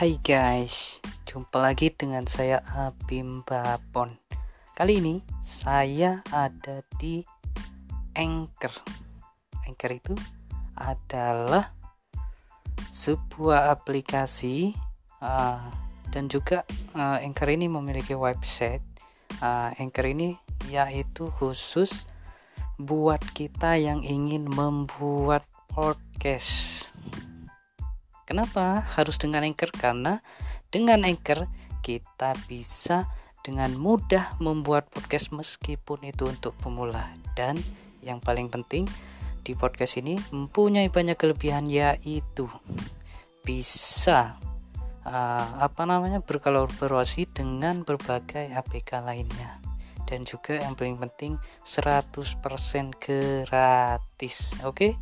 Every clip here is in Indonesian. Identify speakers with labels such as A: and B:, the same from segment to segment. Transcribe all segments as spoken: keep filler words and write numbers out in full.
A: Hai guys, jumpa lagi dengan saya Abim Bapon. Kali ini saya ada di Anchor. Anchor itu adalah sebuah aplikasi uh, dan juga uh, Anchor ini memiliki website. Uh, Anchor ini yaitu khusus buat kita yang ingin membuat podcast. Kenapa harus dengan Anchor? Karena dengan Anchor kita bisa dengan mudah membuat podcast meskipun itu untuk pemula. Dan yang paling penting di podcast ini mempunyai banyak kelebihan, yaitu bisa uh, apa namanya berkolaborasi dengan berbagai A P K lainnya. Dan juga yang paling penting seratus persen gratis. Oke? Okay?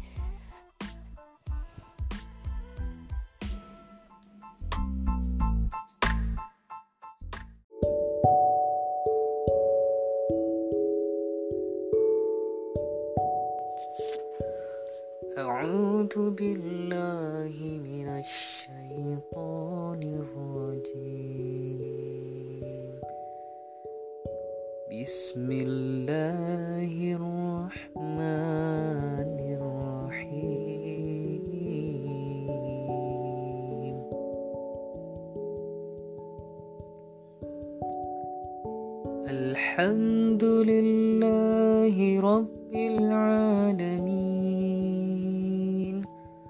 A: A'udzu billahi minasy syaithanir rajim. Bismillahirrahmanirrahim. Alhamdulillahi rabbil alamin.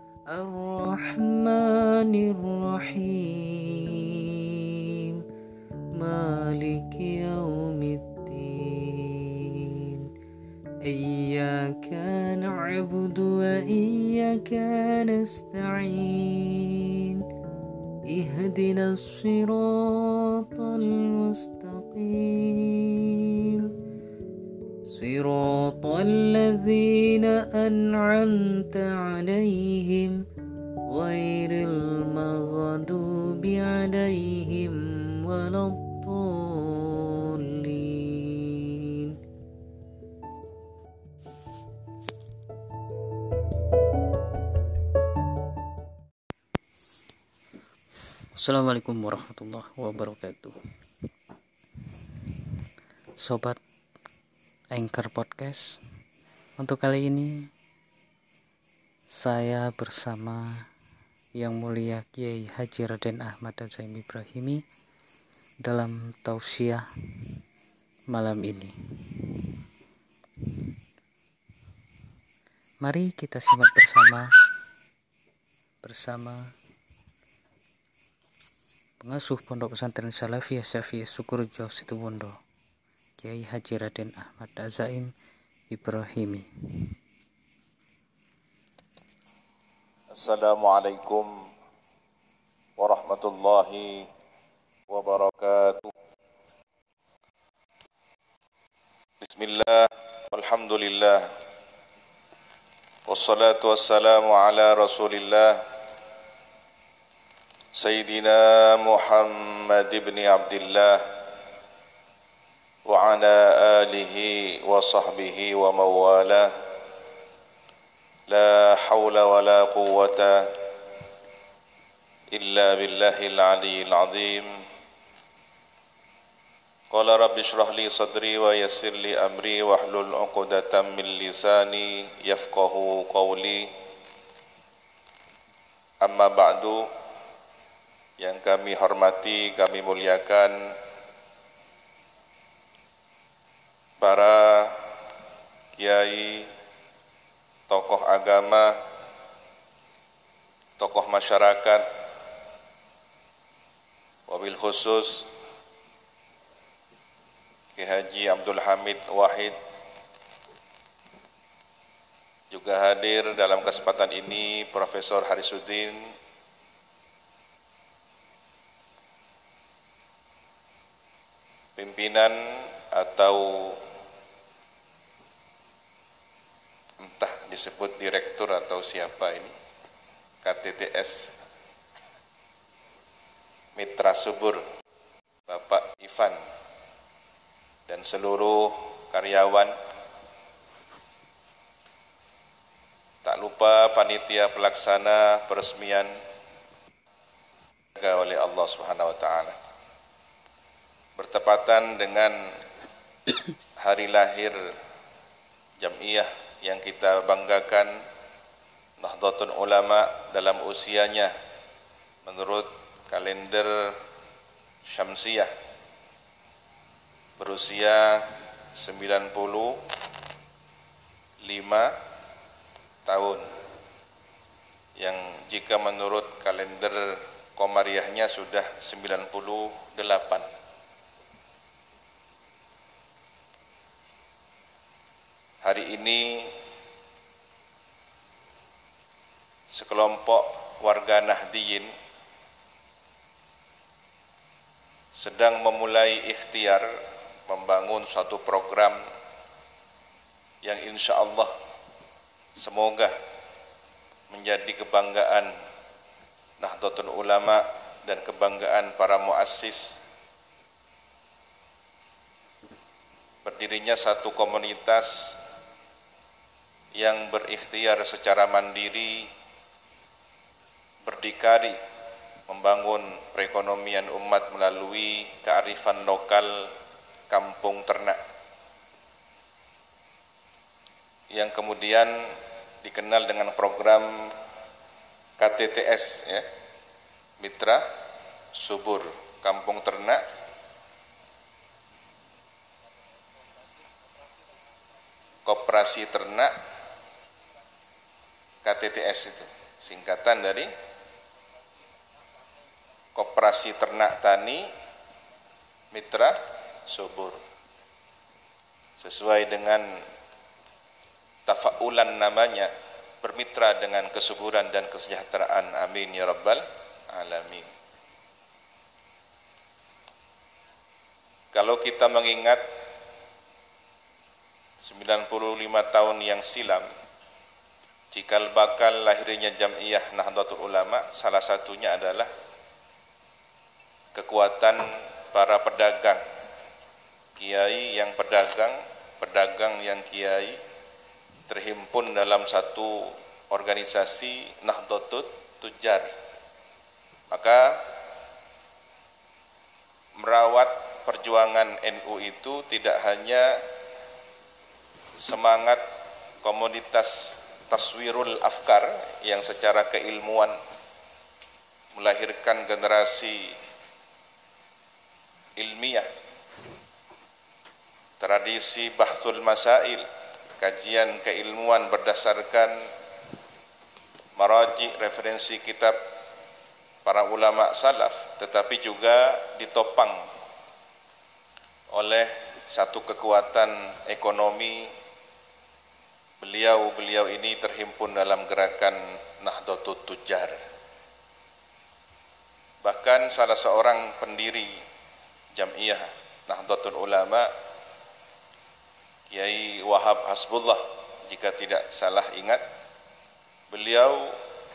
A: Ar-Rahmanir-Rahim. Maliki yaumiddin. Iyyaka na'budu wa iyyaka nasta'in. Ihdinas siratal mustaqim. Siratal ladzina an'amta 'alaihim ghairil maghdubi 'alaihim waladdallin. Assalamualaikum warahmatullahi wabarakatuh. Sobat Anchor Podcast, untuk kali ini saya bersama Yang Mulia Kiai Haji Raden Ahmad Azaim Ibrahimi dalam tausiah malam ini. Mari kita simak bersama bersama pengasuh Pondok Pesantren Salafiyah Syafiyah Sukorejo Situbondo, Kiai Haji Raden Ahmad Azaim Ibrahimi.
B: Assalamualaikum warahmatullahi wabarakatuh. Bismillah, walhamdulillah, wassalatu wassalamu ala rasulillah Sayyidina Muhammad ibn Abdillah wa ala alihi wa sahbihi wa mawalah. La hawla wa la quwwata illa billahil aliyyil azim. Qala rabbi shrah li sadri wa yassir li amri wahlul 'uqdatam min lisani yafqahu qawli. Amma ba'du, yang kami hormati, kami muliakan para kiai, tokoh agama, tokoh masyarakat, wabil khusus Kiai Haji Abdul Hamid Wahid juga hadir dalam kesempatan ini, Profesor Harisuddin, pimpinan atau entah disebut direktur atau siapa ini, K T T S Mitra Subur, Bapak Ivan, dan seluruh karyawan. Tak lupa panitia pelaksana peresmian oleh Allah Subhanahu wa taala. Bertepatan dengan hari lahir Jam'iyah yang kita banggakan, Nahdlatul Ulama dalam usianya menurut kalender Syamsiyah berusia sembilan puluh lima tahun, yang jika menurut kalender Komariahnya sudah sembilan puluh delapan. Hari ini sekelompok warga Nahdiyin sedang memulai ikhtiar membangun suatu program yang insya Allah semoga menjadi kebanggaan Nahdlatul Ulama dan kebanggaan para muassis. Berdirinya satu komunitas yang berikhtiar secara mandiri, berdikari membangun perekonomian umat melalui kearifan lokal kampung ternak, yang kemudian dikenal dengan program K T T S, ya, Mitra Subur Kampung Ternak, Koperasi Ternak, K T T S itu singkatan dari Koperasi Ternak Tani Mitra Subur. Sesuai dengan tafaulan namanya, bermitra dengan kesuburan dan kesejahteraan. Amin ya rabbal alamin. Kalau kita mengingat sembilan puluh lima tahun yang silam, cikal bakal lahirnya Jam'iyah Nahdlatul Ulama salah satunya adalah kekuatan para pedagang, kiai yang pedagang, pedagang yang kiai terhimpun dalam satu organisasi Nahdlatul Tujjar. Maka merawat perjuangan N U itu tidak hanya semangat komunitas taswirul afkar yang secara keilmuan melahirkan generasi ilmiah, tradisi bahthul masail, kajian keilmuan berdasarkan maraji, referensi kitab para ulama salaf, tetapi juga ditopang oleh satu kekuatan ekonomi. Beliau-beliau ini terhimpun dalam gerakan Nahdlatul Tujjar. Bahkan salah seorang pendiri Jam'iyah Nahdlatul Ulama, Kiai Wahab Hasbullah, jika tidak salah ingat, beliau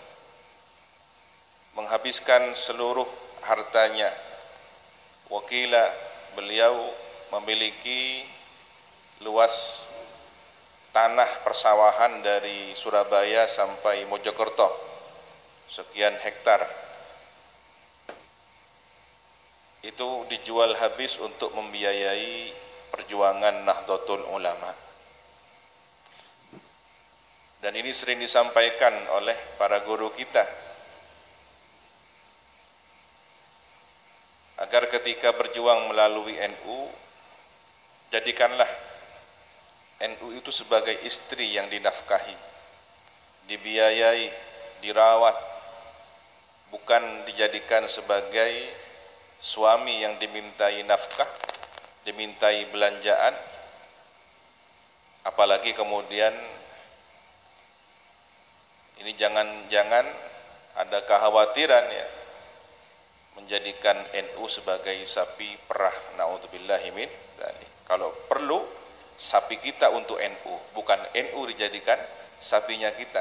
B: menghabiskan seluruh hartanya. Wakila, beliau memiliki luas tanah persawahan dari Surabaya sampai Mojokerto, sekian hektar. Itu dijual habis untuk membiayai perjuangan Nahdlatul Ulama. Dan ini sering disampaikan oleh para guru kita, agar ketika berjuang melalui N U, jadikanlah N U itu sebagai istri yang dinafkahi, dibiayai, dirawat, bukan dijadikan sebagai suami yang dimintai nafkah, dimintai belanjaan, apalagi kemudian ini jangan-jangan ada kekhawatiran ya, menjadikan N U sebagai sapi perah. Naudzubillahi min dzalik. Kalau perlu sapi kita untuk N U, bukan N U dijadikan sapinya kita.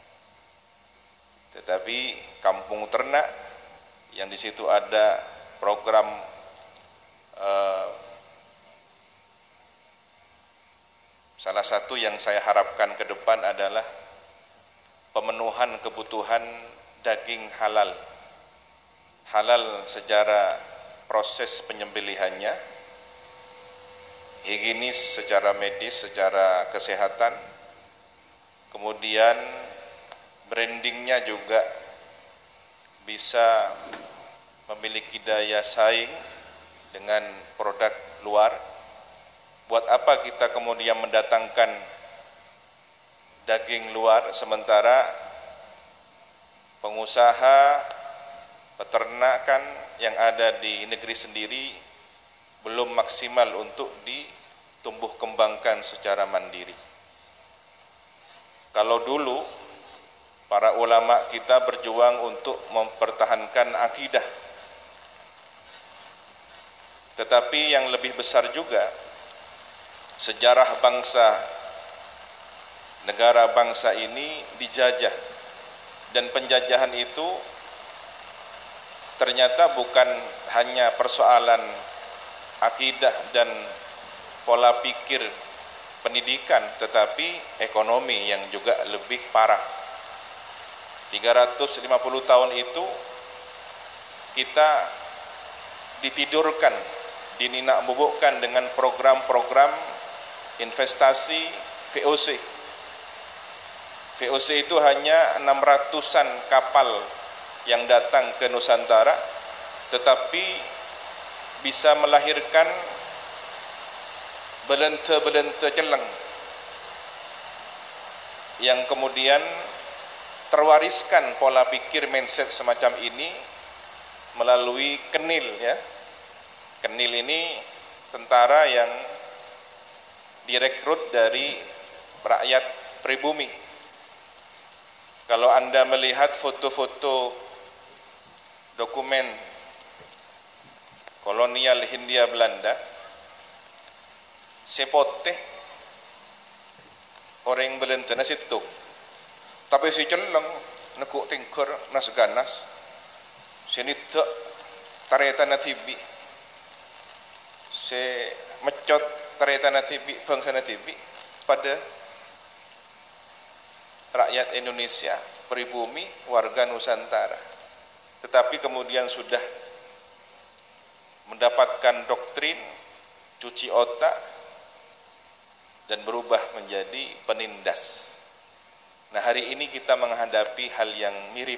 B: Tetapi kampung ternak yang di situ ada program uh, salah satu yang saya harapkan ke depan adalah pemenuhan kebutuhan daging halal halal secara proses penyembelihannya, higienis secara medis, secara kesehatan, kemudian brandingnya juga bisa memiliki daya saing dengan produk luar. Buat apa kita kemudian mendatangkan daging luar sementara pengusaha peternakan yang ada di negeri sendiri belum maksimal untuk ditumbuh kembangkan secara mandiri. Kalau dulu para ulama kita berjuang untuk mempertahankan akidah, tetapi yang lebih besar juga, sejarah bangsa, negara bangsa ini dijajah, dan penjajahan itu ternyata bukan hanya persoalan akidah dan pola pikir pendidikan, tetapi ekonomi yang juga lebih parah. tiga ratus lima puluh tahun itu kita ditidurkan, dininak bubukkan dengan program-program investasi V O C. V O C itu hanya enam ratusan kapal yang datang ke Nusantara, tetapi bisa melahirkan belente-belente celeng yang kemudian terwariskan pola pikir mindset semacam ini melalui Kenil, ya. Kenil ini tentara yang direkrut dari rakyat pribumi. Kalau Anda melihat foto-foto dokumen kolonial Hindia Belanda, sepoteh orang belente na situ, tapi si celeng nekuk tingkur nas ganas, sini tak tareta na tibi, se mecot tareta na tibi, bangsa na tibi pada rakyat Indonesia, pribumi, warga Nusantara. Tetapi kemudian sudah mendapatkan doktrin cuci otak dan berubah menjadi penindas. Nah, hari ini kita menghadapi hal yang mirip.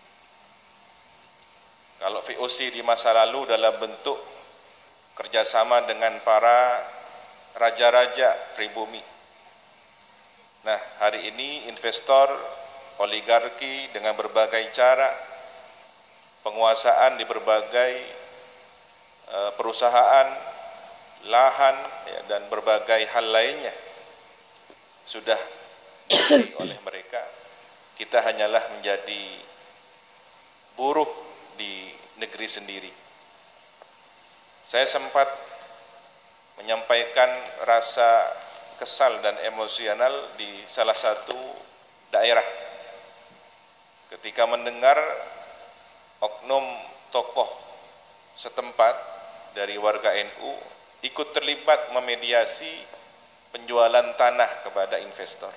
B: Kalau V O C di masa lalu dalam bentuk kerjasama dengan para raja-raja pribumi. Nah, hari ini investor, oligarki dengan berbagai cara, penguasaan di berbagai uh, perusahaan, lahan, ya, dan berbagai hal lainnya sudah dibeli oleh mereka. Kita hanyalah menjadi buruh di negeri sendiri. Saya sempat menyampaikan rasa kesal dan emosional di salah satu daerah ketika mendengar oknum tokoh setempat dari warga N U ikut terlibat memediasi penjualan tanah kepada investor.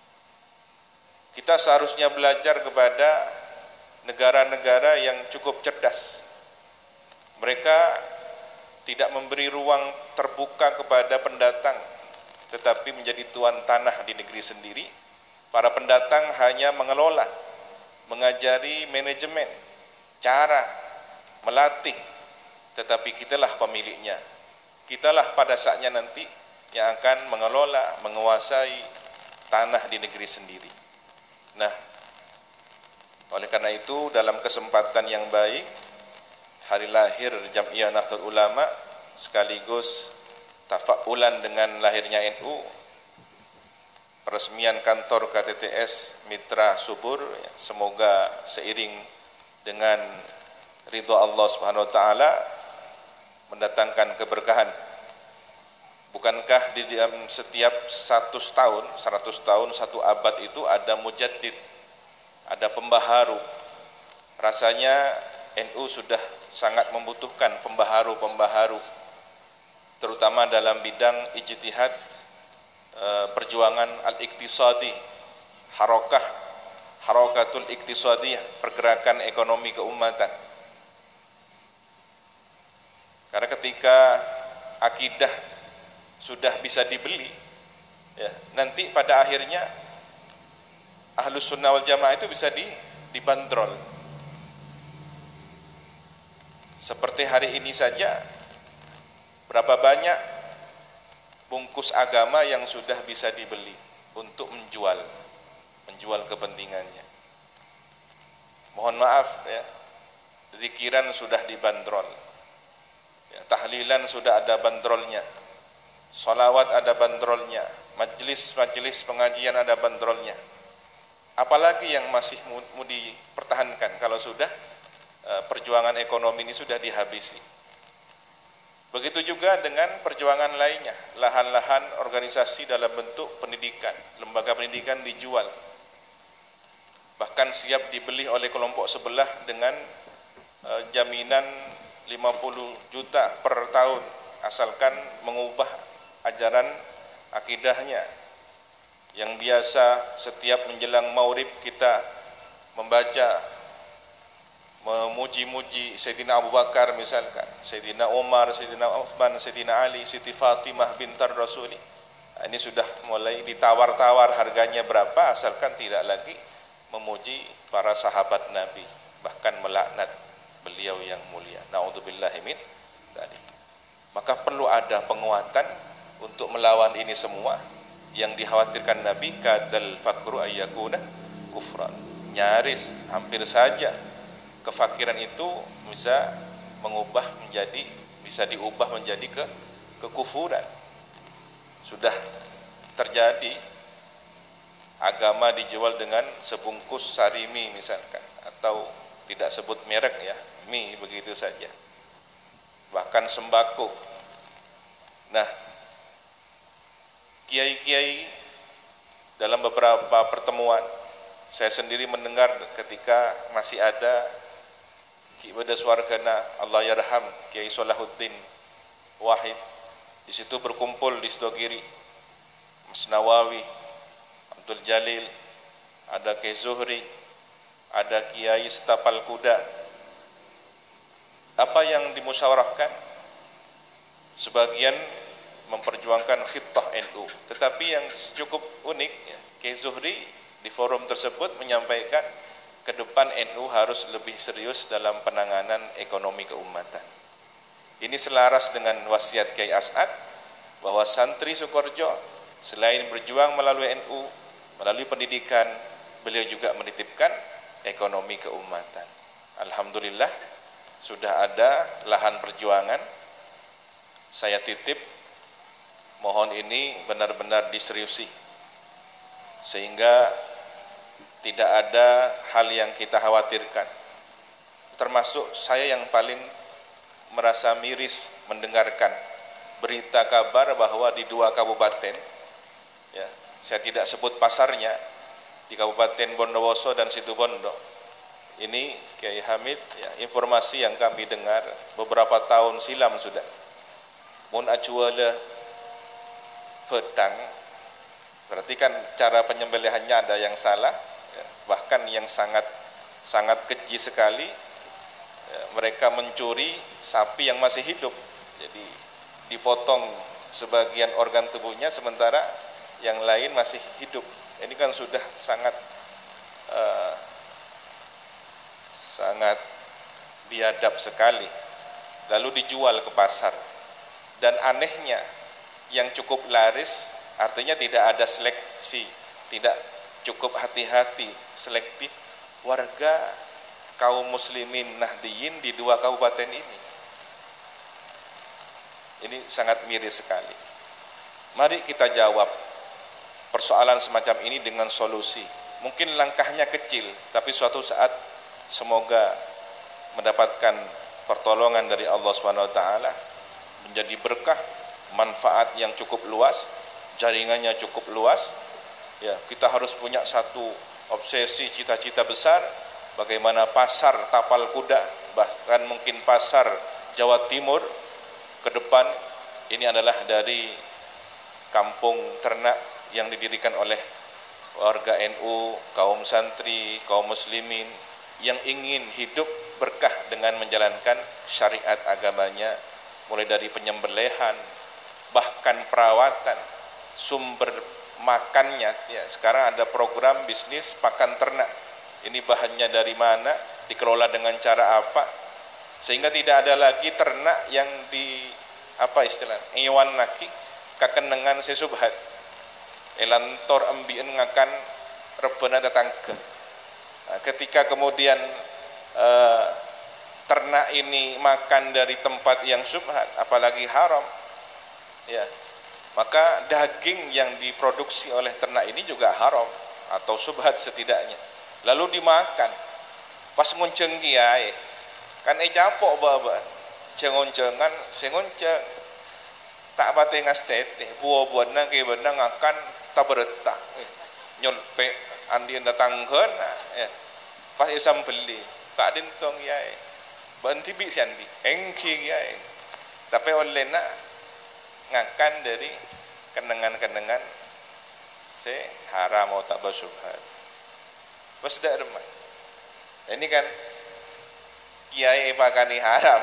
B: Kita seharusnya belajar kepada negara-negara yang cukup cerdas. Mereka tidak memberi ruang terbuka kepada pendatang, tetapi menjadi tuan tanah di negeri sendiri. Para pendatang hanya mengelola, mengajari manajemen, cara, melatih, tetapi kitalah pemiliknya. Kitalah pada saatnya nanti yang akan mengelola, menguasai tanah di negeri sendiri. Nah, oleh karena itu dalam kesempatan yang baik, hari lahir Jam'iyah Nahdlatul Ulama sekaligus tafa'ulan dengan lahirnya N U, peresmian kantor K T T S Mitra Subur, semoga seiring dengan ridha Allah Subhanahu wa taala mendatangkan keberkahan. Bukankah di dalam setiap seratus tahun, seratus tahun, satu abad itu ada mujaddid, ada pembaharu. Rasanya N U sudah sangat membutuhkan pembaharu-pembaharu, terutama dalam bidang ijtihad, e, perjuangan al-iktisadi, harokah, harokatul iktisadiyah, pergerakan ekonomi keumatan. ketika akidah sudah bisa dibeli, ya, nanti pada akhirnya Ahlus Sunnah wal Jamaah itu bisa di, dibanderol. Seperti hari ini saja, berapa banyak bungkus agama yang sudah bisa dibeli untuk menjual, menjual kepentingannya. Mohon maaf ya, zikiran sudah dibanderol, ya, tahlilan sudah ada bandrolnya, sholawat ada bandrolnya, majelis-majelis pengajian ada bandrolnya. Apalagi yang masih mau dipertahankan kalau sudah uh, perjuangan ekonomi ini sudah dihabisi. Begitu juga dengan perjuangan lainnya, lahan-lahan organisasi dalam bentuk pendidikan, lembaga pendidikan dijual, bahkan siap dibeli oleh kelompok sebelah dengan uh, jaminan lima puluh juta per tahun asalkan mengubah ajaran akidahnya. Yang biasa setiap menjelang maurib kita membaca, memuji-muji Sayyidina Abu Bakar misalkan, Sayyidina Umar, Sayyidina Uthman, Sayyidina Ali, Siti Fatimah bintar Rasuli. Nah, ini sudah mulai ditawar-tawar harganya berapa asalkan tidak lagi memuji para sahabat Nabi, bahkan melaknat beliau yang mulia. Na'udzubillahi min dzalik. Maka perlu ada penguatan untuk melawan ini semua. Yang dikhawatirkan Nabi, kadal fakru ayyakuna kufran. Nyaris hampir saja kefakiran itu bisa mengubah menjadi, bisa diubah menjadi ke kekufuran. Sudah terjadi agama dijual dengan sebungkus sarimi misalkan, atau tidak sebut merek ya, mie begitu saja, bahkan sembako. Nah, kiai-kiai dalam beberapa pertemuan saya sendiri mendengar ketika masih ada Ki Bada Swargana Allah yarham Kiai Salahuddin Wahid, di situ berkumpul di Sidogiri Mas Nawawi, Abdul Jalil, ada Kiai Zuhri, ada Kiai Setapal Kuda. Apa yang dimusyawarahkan? Sebagian memperjuangkan khittah N U, tetapi yang cukup unik ya, Kiai Zuhri di forum tersebut menyampaikan ke depan N U harus lebih serius dalam penanganan ekonomi keumatan. Ini selaras dengan wasiat Kiai As'ad bahwa santri Sukoharjo selain berjuang melalui N U, melalui pendidikan, beliau juga menitipkan ekonomi keumatan. Alhamdulillah sudah ada lahan perjuangan. Saya titip, mohon ini benar-benar diseriusi sehingga tidak ada hal yang kita khawatirkan. Termasuk saya yang paling merasa miris mendengarkan berita kabar bahwa di dua kabupaten, ya, saya tidak sebut pasarnya, di Kabupaten Bondowoso dan Situbondo. Ini Kiai Hamid, ya, informasi yang kami dengar beberapa tahun silam sudah. Mun acuala pedang, berarti kan cara penyembelihannya ada yang salah, ya, bahkan yang sangat sangat keji sekali, ya, mereka mencuri sapi yang masih hidup, jadi dipotong sebagian organ tubuhnya sementara yang lain masih hidup. Ini kan sudah sangat uh, sangat biadab sekali, lalu dijual ke pasar. Dan anehnya yang cukup laris, artinya tidak ada seleksi, tidak cukup hati-hati, selektif, warga kaum muslimin Nahdiyin di dua kabupaten ini. Ini sangat miris sekali. Mari kita jawab persoalan semacam ini dengan solusi. Mungkin langkahnya kecil, tapi suatu saat semoga mendapatkan pertolongan dari Allah Subhanahu wa taala, menjadi berkah, manfaat yang cukup luas, jaringannya cukup luas. Ya, kita harus punya satu obsesi, cita-cita besar, bagaimana pasar Tapal Kuda, bahkan mungkin pasar Jawa Timur ke depan ini adalah dari kampung ternak yang didirikan oleh warga N U, kaum santri, kaum muslimin yang ingin hidup berkah dengan menjalankan syariat agamanya mulai dari penyembelihan, bahkan perawatan, sumber makannya. Ya, sekarang ada program bisnis pakan ternak. Ini bahannya dari mana, dikelola dengan cara apa, sehingga tidak ada lagi ternak yang di apa istilah iwan laki kakenengan sesubhat elantor ambien ngakan rebana tetangga. Nah, ketika kemudian eh, ternak ini makan dari tempat yang subhat, apalagi haram, ya, maka daging yang diproduksi oleh ternak ini juga haram atau subhat setidaknya. Lalu dimakan. Pas ngunceng kiai, kan e capok baba. Cengoncengan, sengonceng. Tak pate ngastete, buah-buahna ke benang akan tabereta. Nyolpe andi datangkeun ya. Pas isam beli, kak dintong kiai. Banti bi siandi, engki kiai. Tapi olehna ngakan dari kenengan-kenengan se haram atau tak bersubhat. Pas dak remah. Ini kan kiai pakani haram.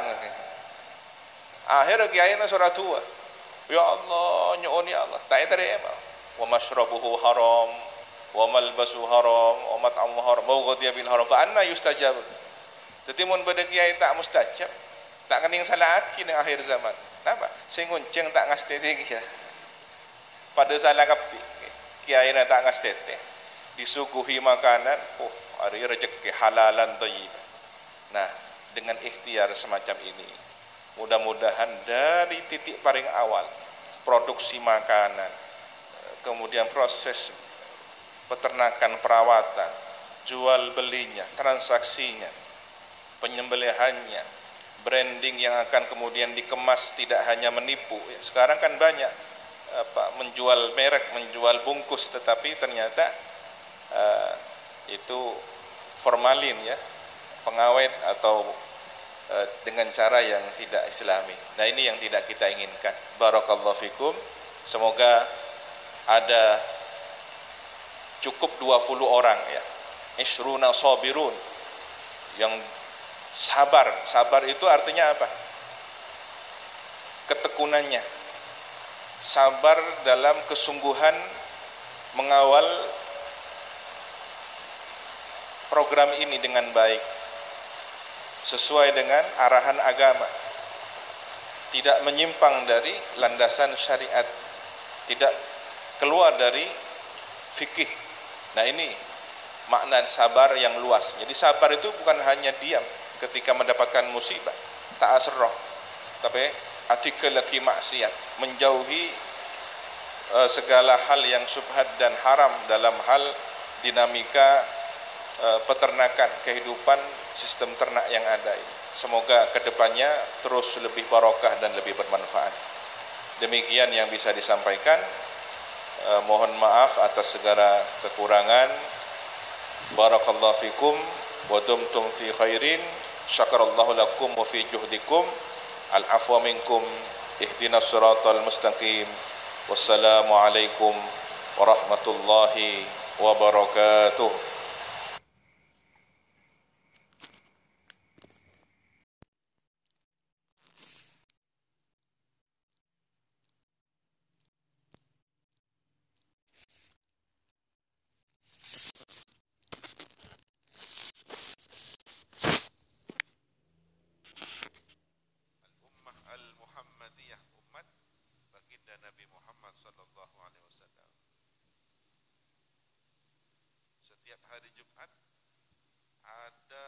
B: Akhir kiai na surah tua. Ya Allah, nyuun ya Allah. Tak terima. Wa mashrabuhu haram, wa malbasu haram, wa mat'amuhu haram, wa ghadiya bil haram. Fa anna yustajab. Dadi mun bade kiai tak mustajab, tak kening salah aki ning akhir zaman. Napa? Sing ngunceng tak ngastete iki ya. Pada salah kapi. Kiai na tak ngastete. Disuguhi makanan, oh, hari rezeki halalan thayyib. Nah, dengan ikhtiar semacam ini, mudah-mudahan dari titik paling awal produksi makanan, kemudian proses peternakan, perawatan, jual belinya, transaksinya, penyembelihannya, branding yang akan kemudian dikemas tidak hanya menipu. Sekarang kan banyak apa, menjual merek, menjual bungkus, tetapi ternyata uh, itu formalin ya, pengawet atau uh, dengan cara yang tidak islami. Nah, ini yang tidak kita inginkan. Barakallahu fikum. Semoga ada cukup dua puluh orang ya, isruna sabirun, yang sabar. Sabar itu artinya apa? Ketekunannya, sabar dalam kesungguhan mengawal program ini dengan baik, sesuai dengan arahan agama, tidak menyimpang dari landasan syariat, tidak keluar dari fikih. Nah, ini makna sabar yang luas. Jadi sabar itu bukan hanya diam ketika mendapatkan musibah, tak asroh, tapi atika laki maksiat, menjauhi uh, segala hal yang subhat dan haram dalam hal dinamika uh, peternakan, kehidupan sistem ternak yang ada ini. Semoga kedepannya terus lebih barokah dan lebih bermanfaat. Demikian yang bisa disampaikan. Uh, mohon maaf atas segala kekurangan. Barakallahu fikum wa dumtum fi khairin. Syakarallahu lakum wa fi juhdikum. Al-afwa minkum. Ihdinas siratal mustaqim. Wassalamu alaikum warahmatullahi wabarakatuh. Nabi Muhammad sallallahu alaihi wasallam. Setiap hari Jumat ada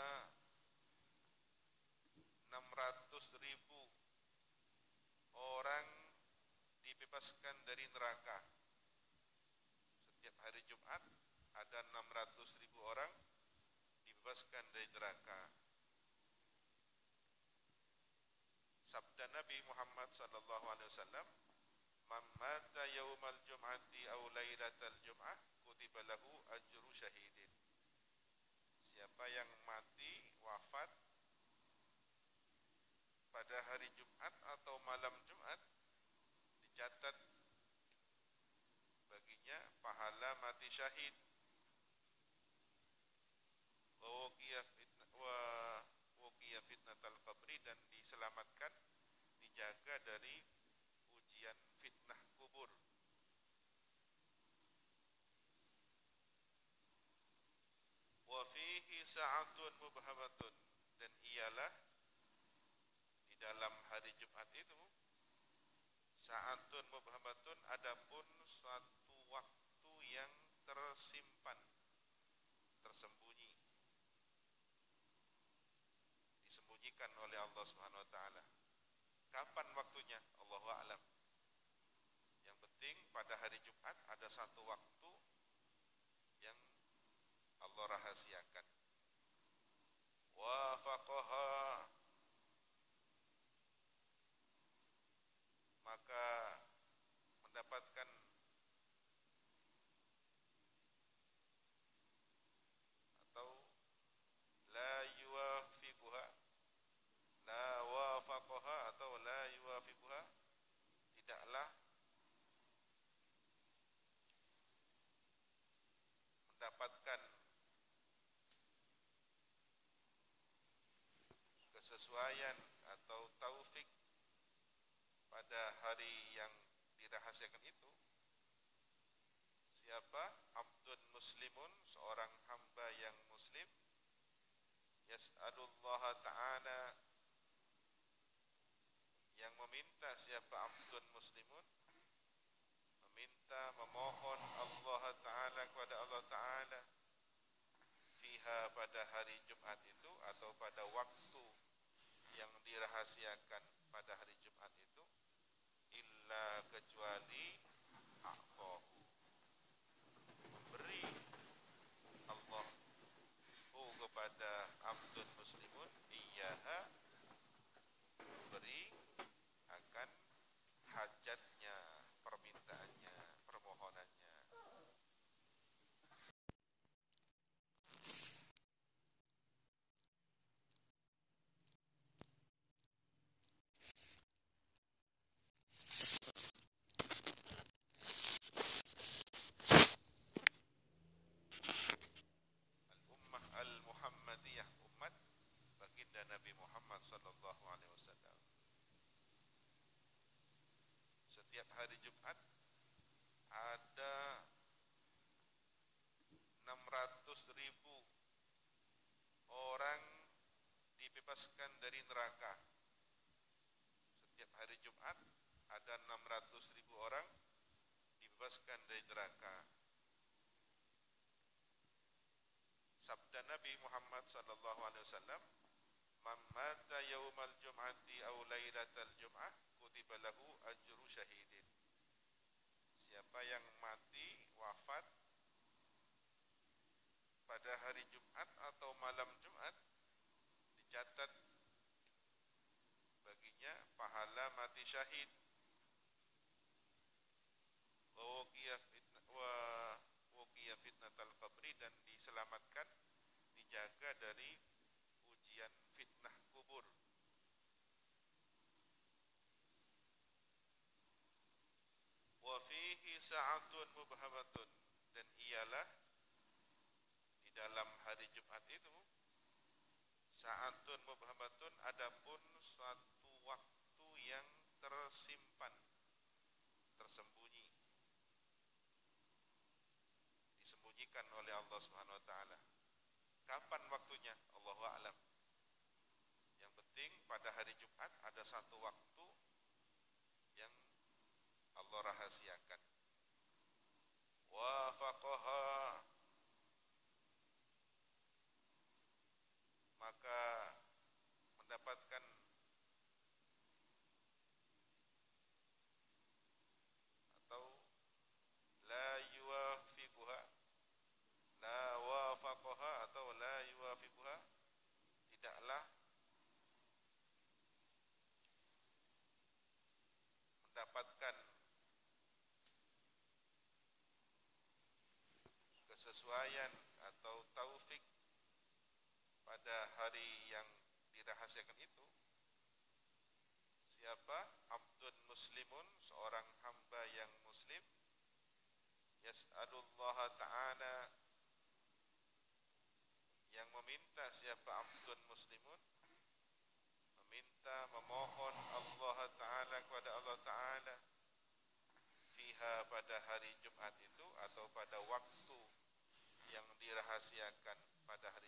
B: enam ratus ribu orang dibebaskan dari neraka. Setiap hari Jumat ada enam ratus ribu orang dibebaskan dari neraka. Sabda Nabi Muhammad sallallahu alaihi wasallam, "Man mata yaumal jum'ati aw lailatal jum'ah kutiba lahu ajru syahidin." Siapa yang mati, wafat pada hari Jumat atau malam Jumat, dicatat baginya pahala mati syahid. Wa waqiya fitnah wa waqiya fitnatal qabri, dan diselamatkan, dijaga sa'atun mubhamatun, dan ialah di dalam hari Jumat itu sa'atun mubhamatun, adapun suatu waktu yang tersimpan, tersembunyi, disembunyikan oleh Allah Subhanahu wa taala. Kapan waktunya? Allahu a'lam. Yang penting pada hari Jumat ada satu waktu yang Allah rahasiakan. Wafaqaha, maka mendapatkan atau la yuwafiquha, la wafaqaha atau la yuwafiquha, tidaklah mendapatkan kesesuaian atau taufik pada hari yang dirahasiakan itu siapa? Abdun muslimun, seorang hamba yang muslim, yas'alullaha ta'ala, yang meminta siapa abdun muslimun, meminta, memohon Allah Ta'ala kepada Allah Ta'ala, fiha, pada hari Jumat itu atau pada waktu yang dirahasiakan pada hari Jumat itu, illa, kecuali a'tahu, memberi Allah hu kepada abdun muslimun, iyaha, memberi akan hajatnya, permintaannya, permohonannya. Al-ummah al-Muhammadiyah, umat baginda Nabi Muhammad sallallahu alaihi wasallam. Setiap hari Jumat ada enam ratus ribu orang dibebaskan dari neraka. Setiap hari Jumat ada enam ratus ribu orang dibebaskan dari neraka. Sabda Nabi Muhammad sallallahu alaihi wasallam, "Man mata yaumal jum'ati aw lailatal jum'ah kutiba lahu ajru syahidin." Siapa yang mati, wafat pada hari Jumat atau malam Jumat, dicatat baginya pahala mati syahid. Wa waqiya fitnah wa waqiya fitnatal qabri, dan diselamatkan, dijaga dari ujian fitnah kubur. Wa fihi sa'atun mubhamatun, dan ialah di dalam hari Jumat itu sa'atun mubhamatun, adapun suatu waktu yang tersimpan, tersembunyi, disembunyikan oleh Allah Subhanahu wa taala. Kapan waktunya? Allahu a'lam. Yang penting pada hari Jumat ada satu waktu yang Allah rahasiakan. Wafaqaha, maka mendapatkan atau la yuwafiquha, la wafaqaha atau la yuwafiquha, tidaklah mendapatkan kesesuaian atau taufik pada hari yang dirahasiakan itu siapa? Abdun muslimun, seorang hamba yang muslim, yas'alullaha ta'ala, yang meminta siapa? Abdun muslimun, meminta, memohon Allah Ta'ala kepada Allah Ta'ala, fiha, pada hari Jumat itu atau pada waktu yang dirahasiakan pada hari